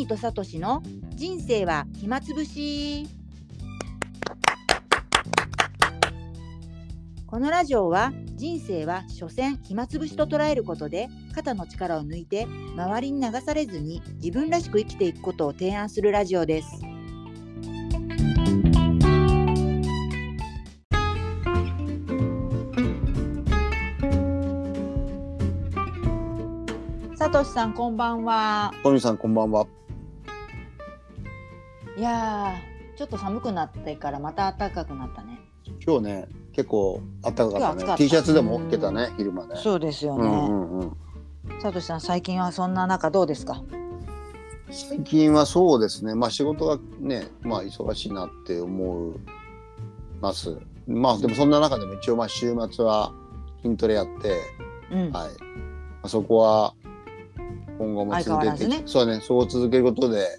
ーとサトシの人生は暇つぶし。このラジオは人生は所詮暇つぶしと捉えることで肩の力を抜いて周りに流されずに自分らしく生きていくことを提案するラジオです。サトシさんこんばんは。 トミさんこんばんは。 いやーちょっと寒くなってからまた暖かくなったね。 今日ね結構暖かかったね。 T シャツでも OK だね昼間ね。 そうですよね。サトシさん最近はそんな中どうですか？ 最近はそうですね、仕事がね忙しいなって思います。でもそんな中でも一応週末は筋トレやって、そこは今後も続けて、ね、そう続けることで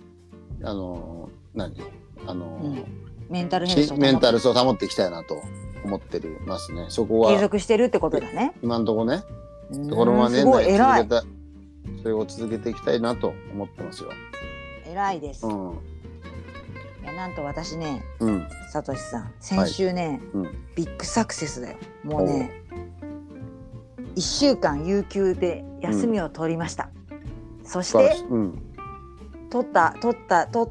メンタルを保っていきたいなと思ってますね。そこは継続してるってことだね。 今のところね。このまま年内それを続けていきたいなと思ってますよ。 偉いです。いやなんと私ね、サトシさん先週ね、ビッグサクセスだよ。もうね1週間有給で休みを取りました。そして、取って、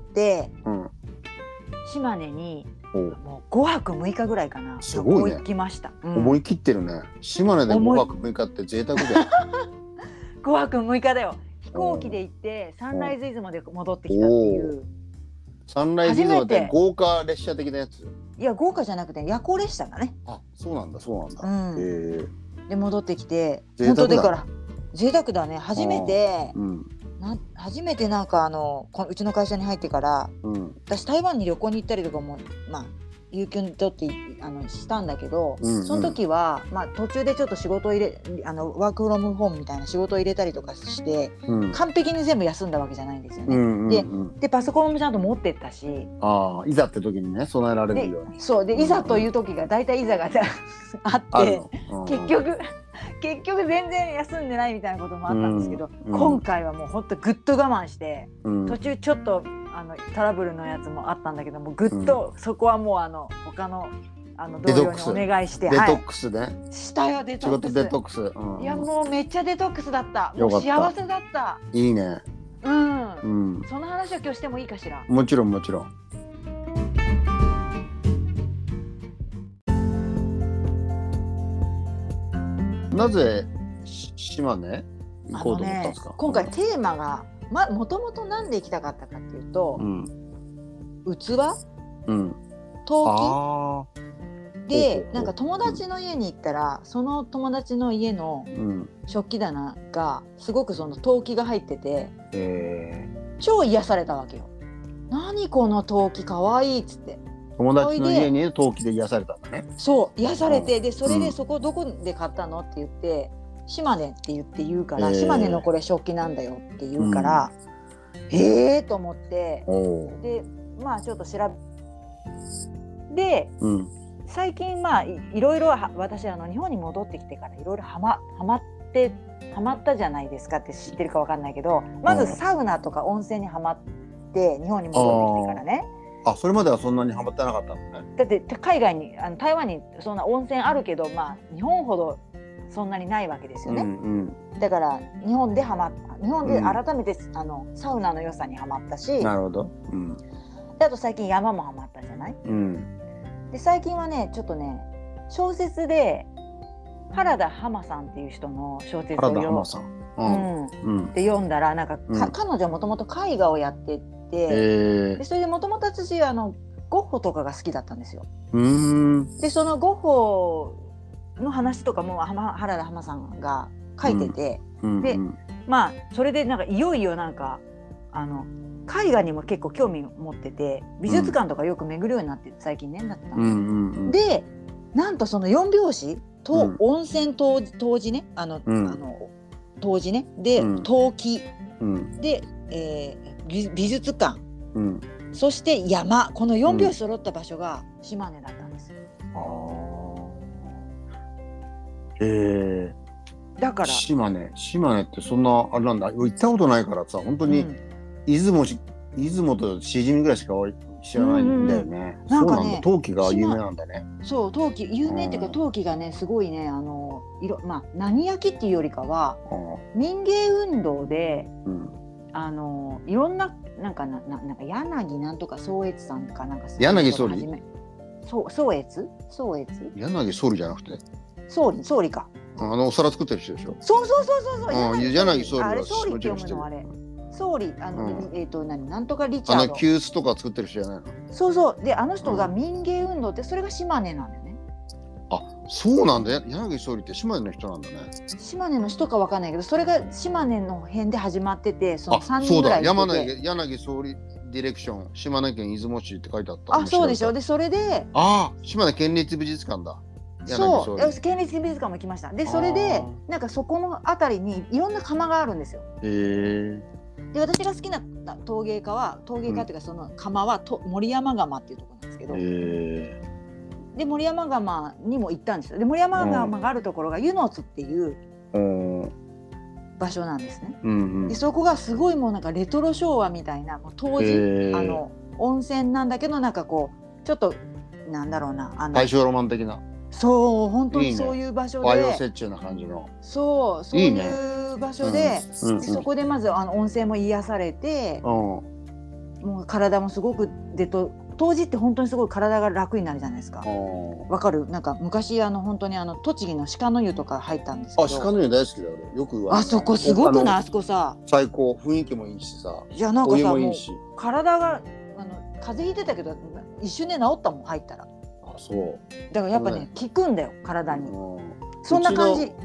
島根にもう5泊6日ぐらいかな。 すごいね。 行きました。 思い切ってるね。島根で5泊6日って贅沢だよ。 5泊6日だよ。飛行機で行ってサンライズ出雲で戻ってきたっていう。 サンライズ出雲って豪華列車的なやつ？ いや豪華じゃなくて夜行列車だね。 あ、そうなんだ。 で戻ってきて本当だから贅沢だね。初めてなんかうちの会社に入ってから、私台湾に旅行に行ったりとかも有給にとってしたんだけど、その時は途中でちょっと仕事を入れワークフロムホームみたいな仕事を入れたりとかして、完璧に全部休んだわけじゃないんですよね。でパソコンもちゃんと持ってったし、 いざって時にね備えられるように。 そうでいざという時が大体いざがあって結局全然休んでないみたいなこともあったんですけど、今回はもうほんとぐっと我慢して、途中ちょっとトラブルのやつもあったんだけどもぐっとそこはもう他の同僚にお願いしてデトックスね、 したよ。デトックス、 仕事デトックス、 いやもうめっちゃデトックスだった。もう幸せだった。 いいね。 その話を今日してもいいかしら？ もちろんなぜ島根行こうと思ったんですか？ 今回テーマがもともとなんで行きたかったかっていうと、器、陶器でなんか友達の家に行ったら、その友達の家の食器棚がすごくその陶器が入ってて、超癒されたわけよ。何この陶器かわいいっつって。 友達の家に陶器で癒されたんだね。 そう癒されて、でそれでそこどこで買ったのって言って、島根って言うから、島根のこれ食器なんだよって言うから、と思って、でちょっと調べで、最近いろいろ私日本に戻ってきてからいろいろハマったじゃないですかって知ってるかわかんないけど、まずサウナとか温泉にハマって日本に戻ってきてからね。 それまではそんなにハマってなかったのね。 だって海外に台湾にそんな温泉あるけど、日本ほどそんなにないわけですよね。だから日本で改めて、サウナの良さにハマったし。 なるほど。 であと最近山もハマったじゃない。で最近はねちょっとね小説で原田浜さんっていう人の小説をで読んだら、なんか彼女はもともと絵画をやってでそれでもともと私ゴッホとかが好きだったんですよ。でそのゴッホの話とかも原田浜さんが書いてて、でそれでなんかいよいよなんか絵画にも結構興味を持ってて、美術館とかよく巡るようになって最近ねなってたんです。でなんとその4拍子と温泉湯治ね、湯治ねで陶器で美術館、そして山、この4拍子揃った場所が島根だったんです。 だから島根ってそんなあれなんだ。行ったことないからさ、本当に出雲としじみぐらいしか知らないんだよね。 なんかね、 そうなんだ。陶器が有名なんだね。 そう、陶器有名っていうか、陶器がねすごいね、まあ何焼きっていうよりかは、民芸運動で、いろんななんか柳なんとか宗悦さんかなんか柳総理？ 宗悦？ 柳総理じゃなくて？ 総理か。 お皿作ってる人でしょ。 そう。 柳総理はあれ総理って読むのあれ。総理なんとかリチャード。 急須とか作ってる人じゃないの？ そうであの人が民芸運動ってそれが島根なんだよね。 あ、そうなんだ。柳総理って島根の人なんだね。 島根の人かわかんないけど、それが島根の辺で始まってて、その3人ぐらいいて。 そうだ。柳総理ディレクション島根県出雲市って書いてあった。 あ、そうでしょ。でそれで、 島根県立美術館だ。 そう、県立美術館も来ました。でそれでなんかそこの辺りにいろんな窯があるんですよ。で私が好きな陶芸家っていうか、その窯は森山窯っていうところなんですけど、で森山窯にも行ったんですよ。で森山窯があるところが湯の津っていう場所なんですね。でそこがすごいもうなんかレトロ昭和みたいな、もう当時温泉なんだけど、なんかこうちょっとなんだろうな、 大正ロマン的な。 そう、本当にそういう場所で、 和洋折衷な感じの。 そういう場所で、そこでまず温泉も癒されて、もう体もすごく当時って本当にすごい体が楽になるじゃないですか。わかる？なんか昔本当に栃木の鹿の湯とか入ったんですけど。 鹿の湯大好きだよ。よくあそこすごくない？あそこさ。 最高、雰囲気もいいしさ。 いやなんかさ、もう体が風邪ひいてたけど一瞬で治ったもん、入ったら。 そう。 だからやっぱね、効くんだよ体に。そんな感じ。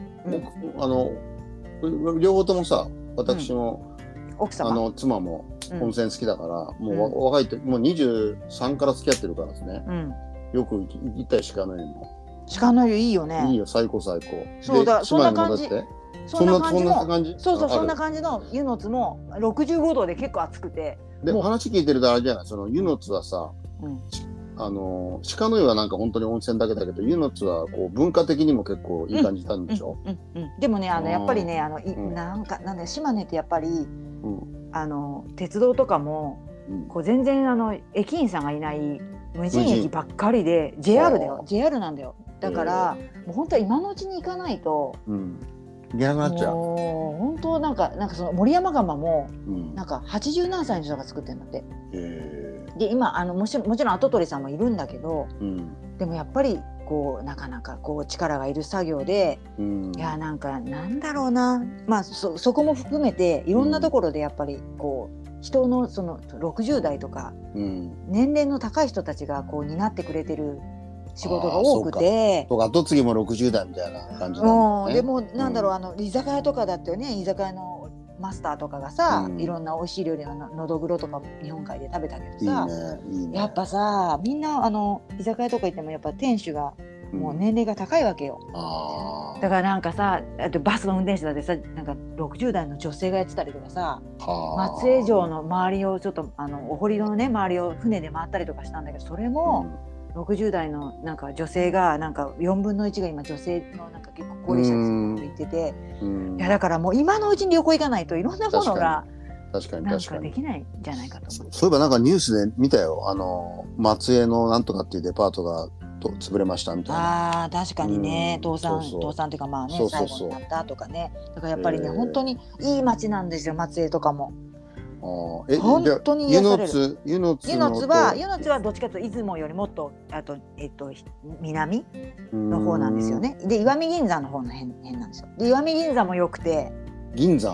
両方ともさ、私も奥様妻も温泉好きだから、もう若い時もう23から付き合ってるからですね。よく行ったり鹿の湯も。 鹿の湯いいよね。 いいよ、最高。 そうだ、そんな感じ。そんな感じ。そんな感じの湯の津も65度で結構暑くて。 で話聞いてるとあれじゃない、その湯の津はさ。鹿の湯はなんか本当に温泉だけだけど、湯の津はこう文化的にも結構いい感じなんでしょ。 でもね、やっぱりね、なんだ島根ってやっぱり鉄道とかもこう全然駅員さんがいない無人駅ばっかりで、 JR だよ。 JR なんだよ。だからもう本当は今のうちに行かないといなくなっちゃう。 本当なんかその森山窯もなんか80何歳の人が作ってるんだって。で今もちろん跡取りさんもいるんだけど、でもやっぱりこうなかなかこう力がいる作業で、いやなんだろうな、まあそこも含めていろんなところでやっぱりこう人のその60代とか、年齢の高い人たちがこう担ってくれてる仕事が多くて、 後継ぎも60代みたいな感じなんだね。 でもなんだろう、居酒屋とかだってね、居酒屋のマスターとかがさ、いろんな美味しい料理ののどぐろとか日本海で食べたけどさ、やっぱさ、みんな居酒屋とか行ってもやっぱ店主がもう年齢が高いわけよ。だからなんかさ、あとバスの運転手だってさ、なんか60代の女性がやってたりとかさ、松江城の周りをちょっとお堀のね周りを船で回ったりとかしたんだけど、それも60代のなんか女性がなんか4分の1が今女性のなんか結構高齢者って言ってて、いやだからもう今のうちに旅行行かないといろんなものがなんかできないんじゃないかと思う。 そういえばなんかニュースで見たよ、松江のなんとかっていうデパートが潰れましたみたいな。 確かにね、倒産っていうかまあね、最後になったとかね。だからやっぱりね、本当にいい街なんですよ、松江とかも。本当に癒される。湯の津はどっちかというと出雲よりもっと南の方なんですよね。で石見銀山の方の辺なんですよ。で石見銀山も良くて。 銀山。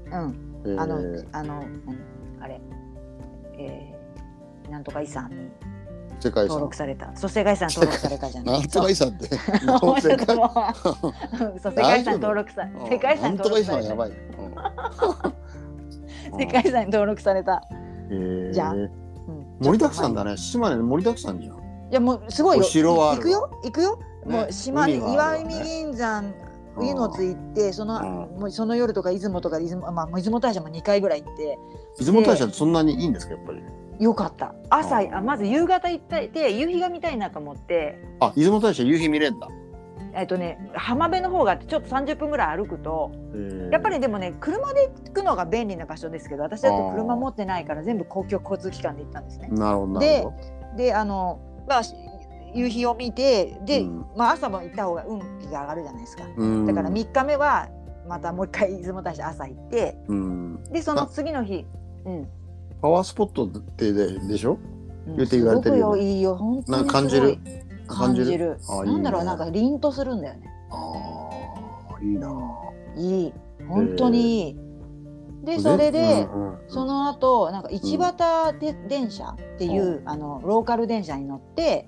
あれなんとか遺産に世界遺産登録された。そう、世界遺産登録されたじゃない。 なんとか遺産って。 そう、世界遺産登録さ。世界遺産登録された。 やばい。 世界遺産に登録された。じゃん。 盛りだくさんだね。島根盛りだくさんじゃん。いやもうすごいよ。行くよ。もう島根石見銀山湯の津行って、その夜とか出雲とか出雲大社も2回ぐらい行って。 出雲大社ってそんなにいいんですか、やっぱり。 よかった。まず夕方行って夕日が見たいなと思って。 出雲大社夕日見れんだ。 浜辺の方があってちょっと30分ぐらい歩くと、やっぱりでもね車で行くのが便利な場所ですけど、私だと車持ってないから全部公共交通機関で行ったんですね。 なるほど。 で夕日を見てで、朝も行った方が運気が上がるじゃないですか。だから3日目はまたもう一回出雲大社朝行って、でその次の日、 パワースポットってでしょ、言って言われてるよね。 いいよ本当にすごい。 なんか感じる。 なんだろう、なんか凛とするんだよね。 いいな。 いい、本当にいい。でそれで、その後なんか一畑電車っていう、ローカル電車に乗って、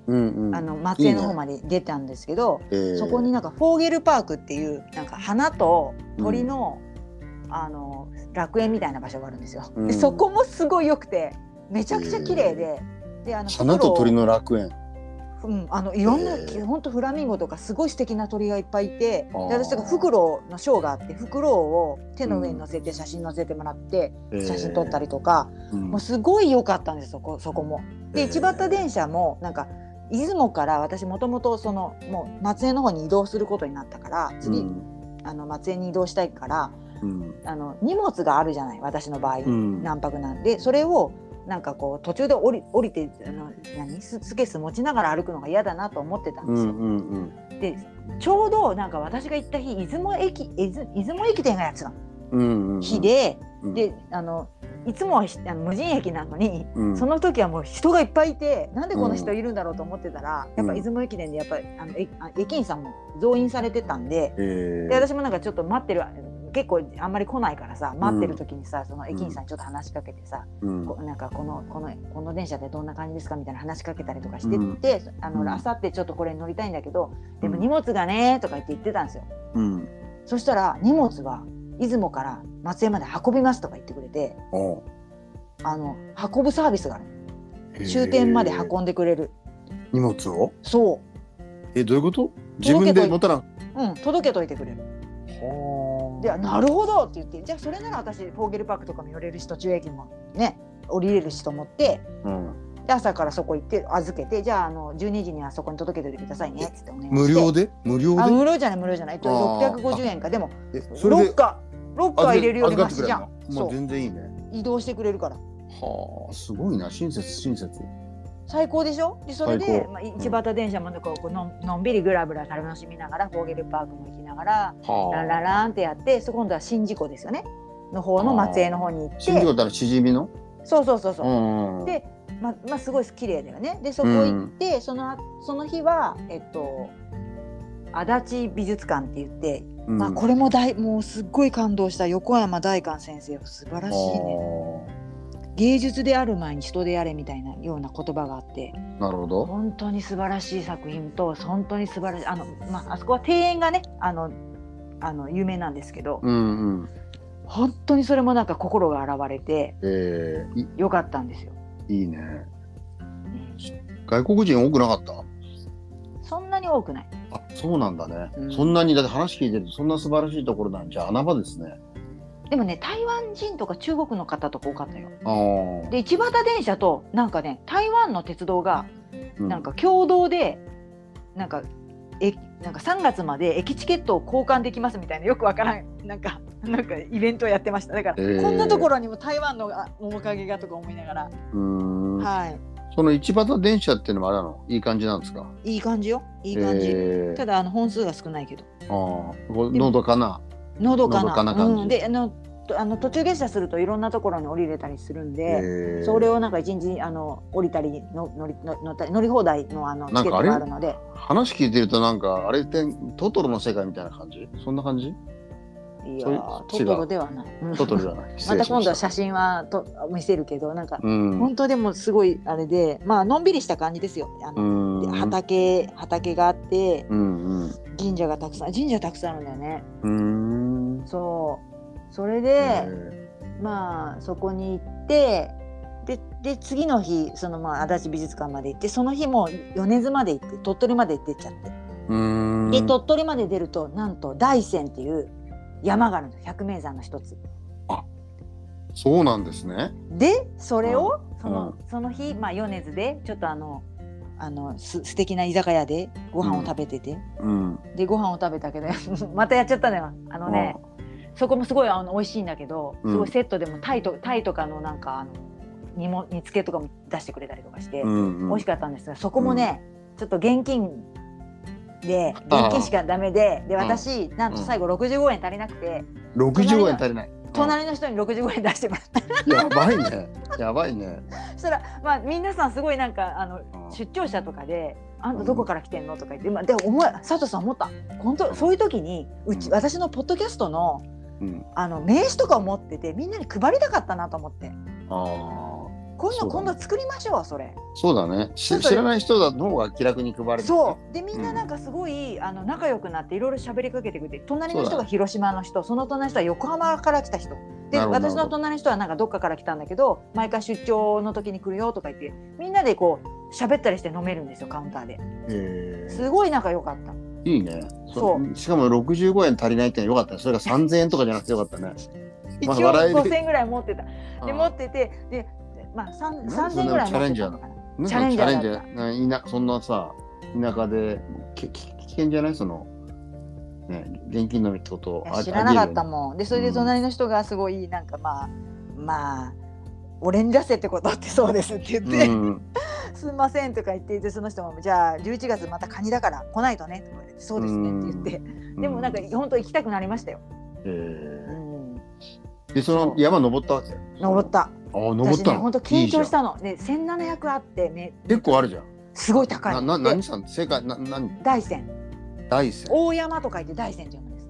松江の方まで出たんですけど、そこになんかフォーゲルパークっていうなんか花と鳥の、楽園みたいな場所があるんですよ。でそこもすごい良くてめちゃくちゃ綺麗で、 花と鳥の楽園。 いろんな本当フラミンゴとかすごい素敵な鳥がいっぱいいて、で私がフクロウのショーがあって、フクロウを手の上に乗せて写真載せてもらって写真撮ったりとか、もうすごい良かったんですそこも。で一畑電車もなんか出雲から私もともともう松江の方に移動することになったから次、松江に移動したいから、荷物があるじゃない私の場合、何泊なんで、それをなんかこう途中で降りてスーツケース持ちながら歩くのが嫌だなと思ってたんですよ。でちょうどなんか私が行った日出雲駅伝がやってた日で、いつもは無人駅なのに、その時はもう人がいっぱいいて、なんでこの人いるんだろうと思ってたら、やっぱ出雲駅伝でやっぱり駅員さんも増員されてたんで、で私もなんかちょっと待ってる、結構あんまり来ないからさ、待ってる時にさ、その駅員さんにちょっと話しかけてさ、なんかこの電車でどんな感じですかみたいな話しかけたりとかしてって、あさってちょっとこれに乗りたいんだけど、でも荷物がねとか言ってたんですよ。そしたら荷物は出雲から松江まで運びますとか言ってくれて、運ぶサービスがある。終点まで運んでくれる。 荷物を？ そう。 どういうこと？自分で持ったら？ 届けといてくれる。でなるほどって言って、じゃあそれなら私フォーゲルパークとかも寄れるし、途中駅もね降りれるしと思って、で朝からそこ行って預けて、じゃあ12時にはそこに届けておいてくださいねっつってお願いして。無料で？無料じゃない650円か。でもロッカー入れるよりマシじゃん。 もう全然いいね。 移動してくれるから。 すごいな、親切。 最高でしょ。でそれで、一畑電車ものんびりぐらぐら楽しみながら、フォーゲルパークも行きながらランラランってやって、今度は宍道湖ですよねの方の松江の方に行って、 宍道湖ってしじみの？そう。 ですごい綺麗だよね。でそこ行って、その日は足立美術館って言って、これももうすっごい感動した。横山大観先生素晴らしいね。芸術である前に人であれみたいなような言葉があって、 なるほど。 本当に素晴らしい作品と、本当に素晴らしいあそこは庭園がね有名なんですけど、本当にそれもなんか心が洗われて、よかったんですよ。 いいね。外国人多くなかった？ そんなに多くない。 そうなんだね。そんなにだって話聞いてるとそんな素晴らしいところなんじゃ穴場ですね。 でもね、台湾人とか中国の方とか多かったよ。で一畑電車となんかね、台湾の鉄道がなんか共同でなんか3月まで駅チケットを交換できますみたいな、よくわからんなんかイベントをやってました。だから、こんなところにも台湾の面影がとか思いながら、はい。 その一畑電車っていうのもあれなの？いい感じなんですか？ いい感じよ。いい感じ。ただ本数が少ないけど。 のどかな感じ。 で途中下車するといろんなところに降りれたりするんで、それをなんか一日降りたり乗り放題のチケットがあるので。 話聞いてるとなんかあれってトトロの世界みたいな感じ？そんな感じ？ いやトトロではない。 トトロじゃない。 また今度は写真は見せるけど、なんか本当でもすごいあれで、のんびりした感じですよ。畑があって、神社たくさんあるんだよね。それでそこに行って、で次の日足立美術館まで行って、その日も米津まで行って鳥取まで出ちゃって、で鳥取まで出るとなんと大山っていう山があるんです。百名山の一つ。 そうなんですね。 でそれをその日米津でちょっと素敵な居酒屋でご飯を食べてて、でご飯を食べたけどまたやっちゃったのよ。そこもすごい美味しいんだけど、すごいセットでもタイとかのなんか煮付けとかも出してくれたりとかして、美味しかったんですが、そこもね、ちょっと現金しかダメで、私なんと最後65円足りなくて、 65円足りない。 隣の人に65円出してもらった。 やばいね、やばいね。 そしたら皆さんすごいなんか出張者とかで、あんたどこから来てんのとか言って、で佐藤さん思った。本当そういう時に私のポッドキャストの名刺とかを持ってて、みんなに配りたかったなと思って。こういうの今度作りましょう。それそうだね。知らない人の方が気楽に配れる。 そうで、みんななんかすごい仲良くなっていろいろ喋りかけてくれて、隣の人が広島の人、その隣の人は横浜から来た人で、私の隣の人はなんかどっかから来たんだけど、毎回出張の時に来るよとか言って、みんなでこう喋ったりして飲めるんですよ、カウンターで。すごい仲良かった。 いいね。そうしかも65円足りないってのは良かったね。それが3000円とかじゃなくてよかったね。 一応5000円ぐらい持ってた。で持ってて、で3000円ぐらいチャレンジャーなの。チャレンジャー。そんなさ、田舎で危険じゃない？そのね、現金のみってことを知らなかったもん。でそれで隣の人がすごいなんか俺に出せってことってそうですって言って、すいませんとか言って、その人もじゃあ11月またカニだから来ないとねとか言って、そうですねって言って、でもなんか本当行きたくなりましたよ。 でその山登ったわけ？ 登った。 登ったの？ 本当緊張したの。で1700あってね。 結構あるじゃん。 すごい高い。 何さん正解何？ 大山。大山と書いて大山って読むんです。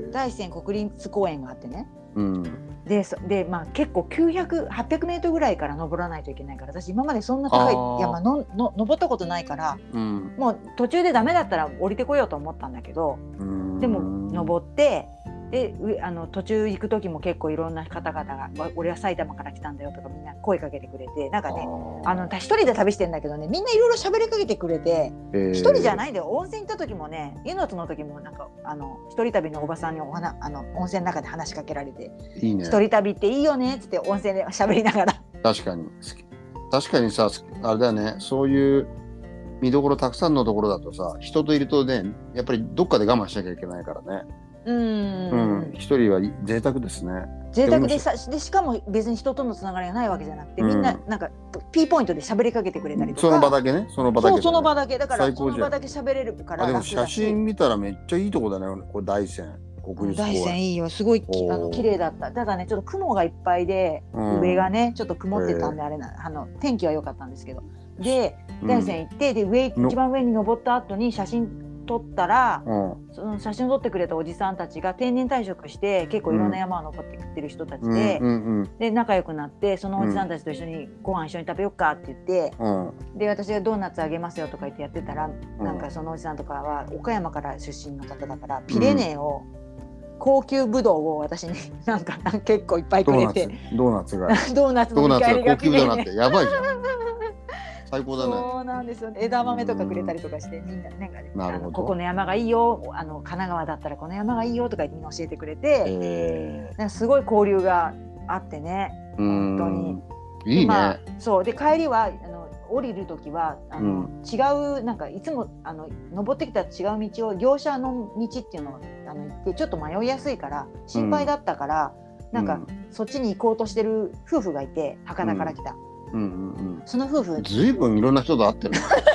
大山国立公園があってね。で結構800メートルぐらいから登らないといけないから、私今までそんな高い山登ったことないから、もう途中でダメだったら降りてこようと思ったんだけど、でも登って。で途中行く時も結構いろんな方々が「俺は埼玉から来たんだよ」とかみんな声かけてくれて、なんかね一人で旅してんだけどね、みんないろいろ喋りかけてくれて、一人じゃないで、温泉行った時もね、湯の津の時もなんか一人旅のおばさんに温泉の中で話しかけられて「いいね、一人旅っていいよね」っつって温泉で喋りながら。 確かにさ、あれだよね、そういう見どころたくさんのところだとさ、人といるとね、やっぱりどっかで我慢しなきゃいけないからね。一人は贅沢ですね。 贅沢でしかも別に人とのつながりがないわけじゃなくて、みんななんかピーポイントで喋りかけてくれたりとか、 その場だけね、その場だけだからその場だけ喋れるから。 でも写真見たらめっちゃいいとこだね、これ大山国立公園。 大山いいよ、すごい綺麗だった。ただね、ちょっと雲がいっぱいで、上がねちょっと曇ってたんであれ天気は良かったんですけど、で大山行って、で一番上に登った後に写真撮ったら、その写真を撮ってくれたおじさんたちが定年退職して結構いろんな山を登ってきてる人たちで、で仲良くなって、そのおじさんたちと一緒にご飯一緒に食べようかって言って、で私がドーナツあげますよとか言ってやってたら、なんかそのおじさんとかは岡山から出身の方だから、ピレネーを高級ブドウを私になんか結構いっぱいくれて、 ドーナツがドーナツの見返りが高級ブドウなんてやばいじゃん。最高だね。 そうなんですよね。枝豆とかくれたりとかして、みんななんかここの山がいいよ、神奈川だったらこの山がいいよとか言ってみんな教えてくれて、なんかすごい交流があってね、本当にいいね。 そうで、帰りは降りる時は違う、なんかいつも登ってきた違う道を、業者の道っていうのを行って、ちょっと迷いやすいから心配だったから、なんかそっちに行こうとしてる夫婦がいて、博多から来た。その夫婦ずいぶんいろんな人と会ってる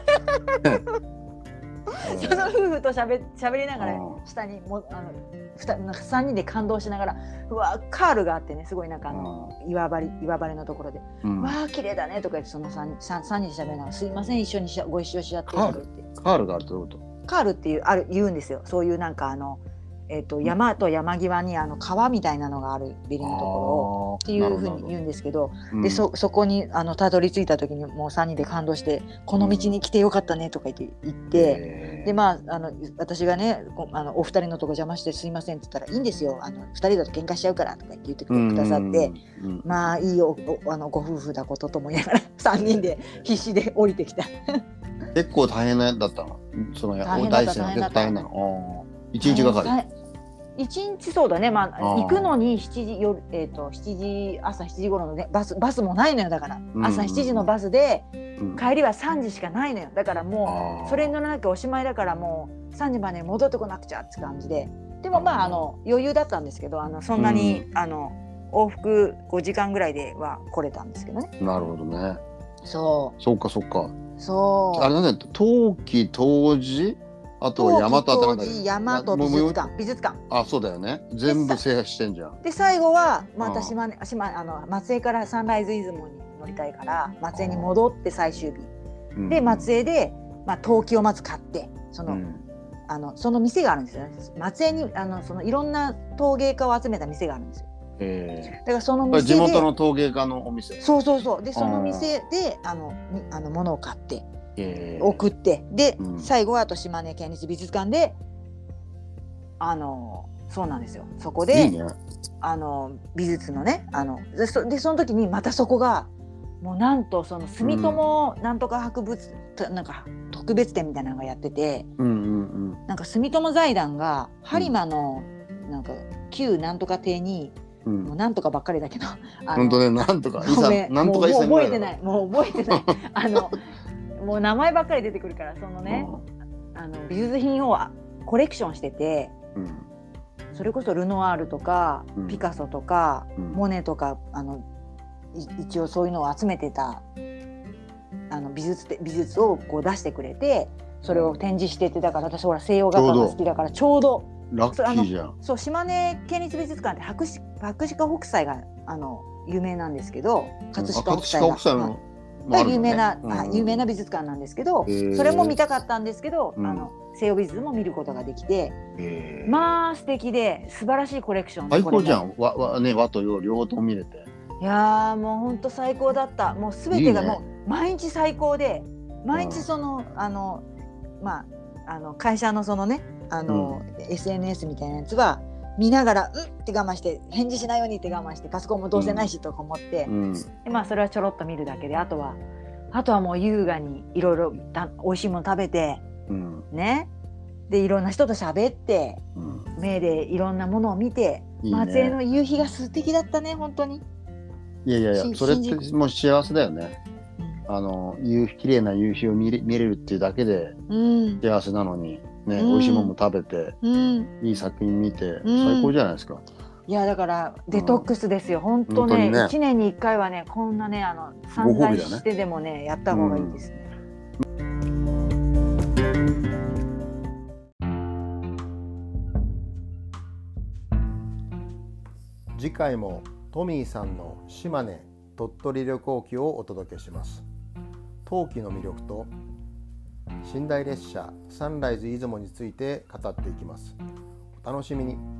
その夫婦としゃべりながら、下に3人で感動しながら、うわカールがあってね、すごいなんか岩張りのところで、わあ綺麗だねとか言って、その3人でしゃべりながら、すいません一緒にご一緒しちゃってとか言って。 カールがあるってこと？ カールって言うんですよ。そういうなんか山と山際に川みたいなのがあるビルのところをっていうふうに言うんですけど、でそこにたどり着いた時にもう3人で感動して、この道に来てよかったねとか言って、で私がねお二人のとこ邪魔してすいませんって言ったら、いいんですよ、2人だと喧嘩しちゃうからとか言ってくださって、まあいいよご夫婦だことと思いながら3人で必死で降りてきた。 結構大変だったの？その大変なの？1日がかり ？1日そうだね、行くのに朝7時頃のねバスもないのよ。だから朝7時のバスで帰りは3時しかないのよ。だからもうそれに乗らなきゃおしまいだから、もう3時まで戻ってこなくちゃって感じで、でもまあ余裕だったんですけど、そんなに、往復5時間ぐらいでは来れたんですけどね。 なるほどね。 そうかそう。 あれなんだよ、冬季冬至、あと大和あたりなんだっけ、 大和美術館。 あ、そうだよね。全部制覇してんじゃん。 で最後はまた松江からサンライズ出雲に乗りたいから松江に戻って最終日、で松江で、陶器をまず買って、その店があるんですよね。松江にそのいろんな陶芸家を集めた店があるんですよ。だからその店で地元の陶芸家のお店。 そうでその店で物を買って送って、で、最後は島根県立美術館でそうなんですよ。そこでいい、ね、美術のねでその時にまたそこがもうなんとその住友なんとか博物、なんか特別展みたいなのがやってて、なんか住友財団が播磨のなんか旧なんとか邸に、もうなんとかばっかりだけど、 本当ね、なんとかなんとかもう覚えてないもう名前ばっかり出てくるから、そのね、美術品をコレクションしてて、それこそルノワールとか、ピカソとか、モネとか一応そういうのを集めてた美術をこう出してくれて、それを展示してて、だから私ほら西洋画家が好きだからちょうどラッキーじゃん。 そう、島根県立美術館って博士北斎が有名なんですけど、葛飾北斎が有名な美術館なんですけど、それも見たかったんですけど、西洋美術も見ることができて、まあ素敵で素晴らしいコレクション。 最高じゃん。和と洋両方とも見れて。 いやもう本当最高だった。もうすべてがもう毎日最高で、毎日その会社のそのねSNS みたいなやつは見ながらって我慢して、返事しないようにって我慢して、パソコンもどうせないしとか思って、でそれはちょろっと見るだけで、あとはもう優雅にいろいろ美味しいもの食べて、ね、でいろんな人と喋って、目でいろんなものを見て、松江の夕日が素敵だったね、本当に。 いやそれってもう幸せだよね。綺麗な夕日を見れるっていうだけで幸せなのにね、美味しいものも食べて、いい作品見て、最高じゃないですか。 いやだからデトックスですよ、本当ね。1年に1回はね、こんなね散財してでもねやった方がいいですね。 次回もトミーさんの島根・鳥取旅行記をお届けします。冬季の魅力と寝台列車サンライズ出雲について語っていきます。お楽しみに。